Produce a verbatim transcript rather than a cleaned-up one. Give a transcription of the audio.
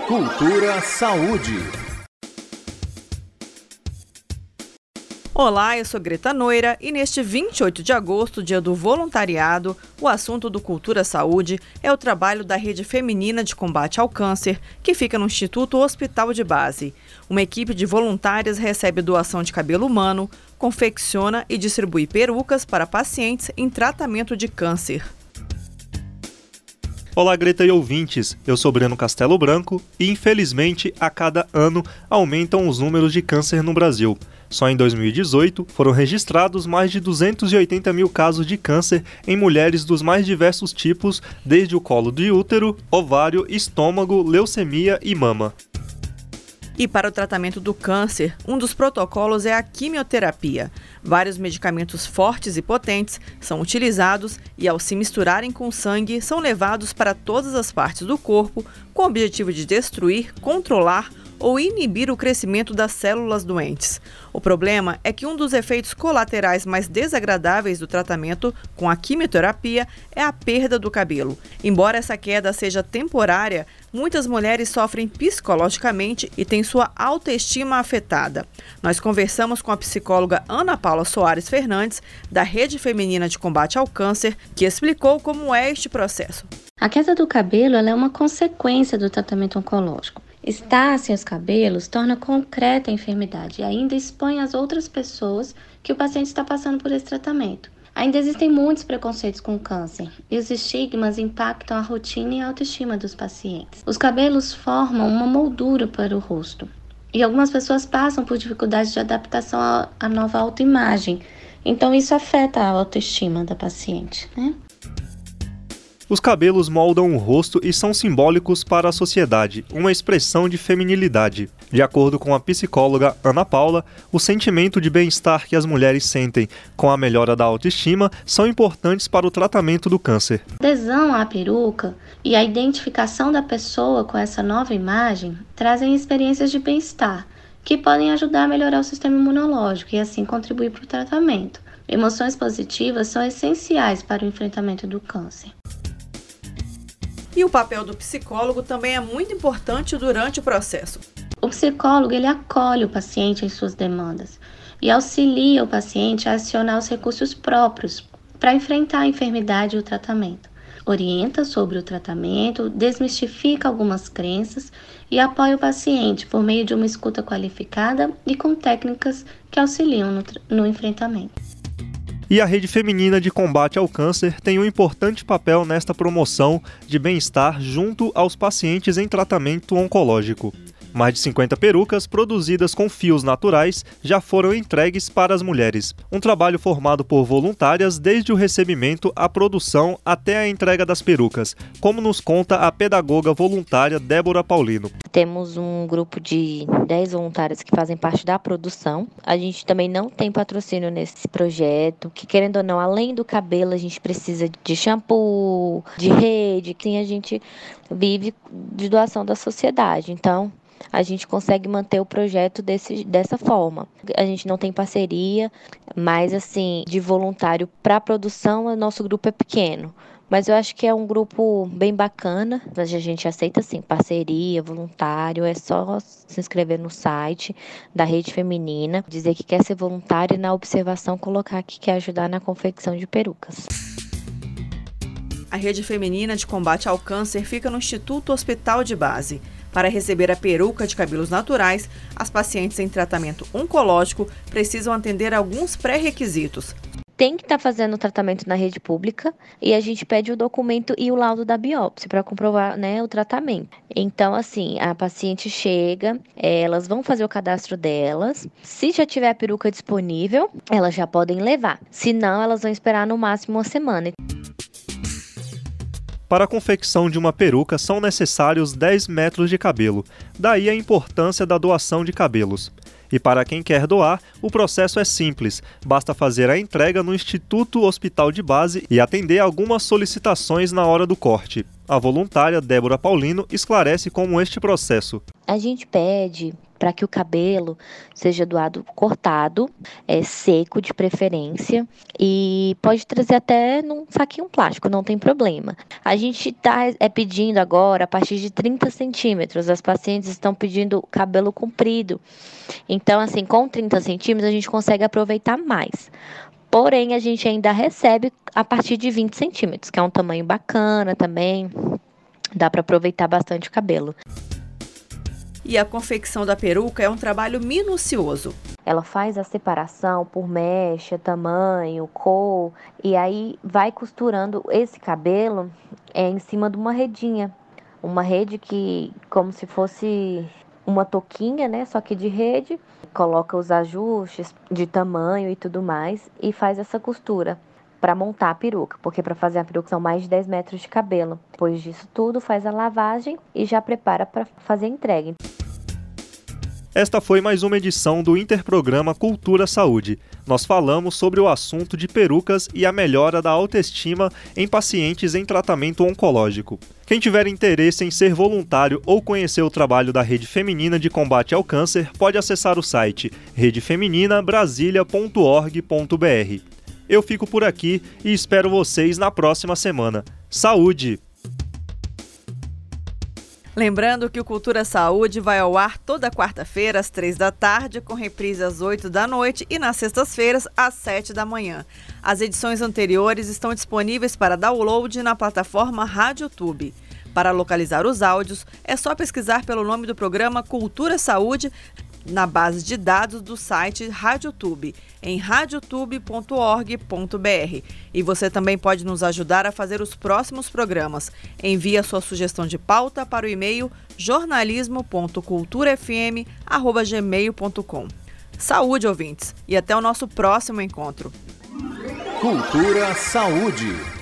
Cultura Saúde. Olá, eu sou Greta Noira e neste vinte e oito de agosto, dia do voluntariado, o assunto do Cultura Saúde é o trabalho da Rede Feminina de Combate ao Câncer, que fica no Instituto Hospital de Base. Uma equipe de voluntárias recebe doação de cabelo humano, confecciona e distribui perucas para pacientes em tratamento de câncer. Olá, Greta e ouvintes, eu sou Breno Castelo Branco e, infelizmente, a cada ano aumentam os números de câncer no Brasil. Só em dois mil e dezoito foram registrados mais de duzentos e oitenta mil casos de câncer em mulheres dos mais diversos tipos, desde o colo de útero, ovário, estômago, leucemia e mama. E para o tratamento do câncer, um dos protocolos é a quimioterapia. Vários medicamentos fortes e potentes são utilizados e, ao se misturarem com o sangue, são levados para todas as partes do corpo com o objetivo de destruir, controlar ou inibir o crescimento das células doentes. O problema é que um dos efeitos colaterais mais desagradáveis do tratamento com a quimioterapia é a perda do cabelo. Embora essa queda seja temporária, muitas mulheres sofrem psicologicamente e têm sua autoestima afetada. Nós conversamos com a psicóloga Ana Paula Soares Fernandes, da Rede Feminina de Combate ao Câncer, que explicou como é este processo. A queda do cabelo ela é uma consequência do tratamento oncológico. Estar sem os cabelos torna concreta a enfermidade e ainda expõe as outras pessoas que o paciente está passando por esse tratamento. Ainda existem muitos preconceitos com o câncer e os estigmas impactam a rotina e a autoestima dos pacientes. Os cabelos formam uma moldura para o rosto e algumas pessoas passam por dificuldades de adaptação à nova autoimagem. Então isso afeta a autoestima da paciente, né? Os cabelos moldam o rosto e são simbólicos para a sociedade, uma expressão de feminilidade. De acordo com a psicóloga Ana Paula, o sentimento de bem-estar que as mulheres sentem com a melhora da autoestima são importantes para o tratamento do câncer. A adesão à peruca e a identificação da pessoa com essa nova imagem trazem experiências de bem-estar, que podem ajudar a melhorar o sistema imunológico e assim contribuir para o tratamento. Emoções positivas são essenciais para o enfrentamento do câncer. E o papel do psicólogo também é muito importante durante o processo. O psicólogo ele acolhe o paciente em suas demandas e auxilia o paciente a acionar os recursos próprios para enfrentar a enfermidade e o tratamento. Orienta sobre o tratamento, desmistifica algumas crenças e apoia o paciente por meio de uma escuta qualificada e com técnicas que auxiliam no, no enfrentamento. E a Rede Feminina de Combate ao Câncer tem um importante papel nesta promoção de bem-estar junto aos pacientes em tratamento oncológico. Mais de cinquenta perucas produzidas com fios naturais já foram entregues para as mulheres. Um trabalho formado por voluntárias desde o recebimento, a produção até a entrega das perucas, como nos conta a pedagoga voluntária Débora Paulino. Temos um grupo de dez voluntárias que fazem parte da produção. A gente também não tem patrocínio nesse projeto, que querendo ou não, além do cabelo, a gente precisa de shampoo, de rede, que a gente vive de doação da sociedade. Então, a gente consegue manter o projeto desse, dessa forma. A gente não tem parceria, mas assim, de voluntário para a produção, o nosso grupo é pequeno. Mas eu acho que é um grupo bem bacana. A gente aceita, sim, parceria, voluntário. É só se inscrever no site da Rede Feminina, dizer que quer ser voluntário e na observação colocar que quer ajudar na confecção de perucas. A Rede Feminina de Combate ao Câncer fica no Instituto Hospital de Base. Para receber a peruca de cabelos naturais, as pacientes em tratamento oncológico precisam atender alguns pré-requisitos. Tem que estar tá fazendo o tratamento na rede pública e a gente pede o documento e o laudo da biópsia para comprovar, né, o tratamento. Então, assim, a paciente chega, elas vão fazer o cadastro delas. Se já tiver a peruca disponível, elas já podem levar. Se não, elas vão esperar no máximo uma semana. Para a confecção de uma peruca são necessários dez metros de cabelo, daí a importância da doação de cabelos. E para quem quer doar, o processo é simples, basta fazer a entrega no Instituto Hospital de Base e atender algumas solicitações na hora do corte. A voluntária Débora Paulino esclarece como este processo. A gente pede para que o cabelo seja doado cortado, é, seco de preferência, e pode trazer até num saquinho plástico, não tem problema. A gente está é, pedindo agora a partir de trinta centímetros, as pacientes estão pedindo cabelo comprido, então assim, com trinta centímetros a gente consegue aproveitar mais. Porém, a gente ainda recebe a partir de vinte centímetros, que é um tamanho bacana também, dá para aproveitar bastante o cabelo. E a confecção da peruca é um trabalho minucioso. Ela faz a separação por mecha, tamanho, cor, e aí vai costurando esse cabelo é, em cima de uma redinha. Uma rede que, como se fosse uma touquinha, né? Só que de rede. Coloca os ajustes de tamanho e tudo mais e faz essa costura para montar a peruca, porque para fazer a peruca são mais de dez metros de cabelo. Depois disso tudo, faz a lavagem e já prepara para fazer a entrega. Esta foi mais uma edição do Interprograma Cultura Saúde. Nós falamos sobre o assunto de perucas e a melhora da autoestima em pacientes em tratamento oncológico. Quem tiver interesse em ser voluntário ou conhecer o trabalho da Rede Feminina de Combate ao Câncer, pode acessar o site rede feminina brasilia ponto org ponto b r. Eu fico por aqui e espero vocês na próxima semana. Saúde! Lembrando que o Cultura Saúde vai ao ar toda quarta-feira às três da tarde, com reprise às oito da noite e nas sextas-feiras às sete da manhã. As edições anteriores estão disponíveis para download na plataforma RádioTube. Para localizar os áudios, é só pesquisar pelo nome do programa Cultura Saúde na base de dados do site RádioTube, em radiotube ponto org ponto b r. E você também pode nos ajudar a fazer os próximos programas. Envie a sua sugestão de pauta para o e-mail jornalismo ponto cultura f m arroba gmail ponto com. Saúde, ouvintes, e até o nosso próximo encontro. Cultura Saúde.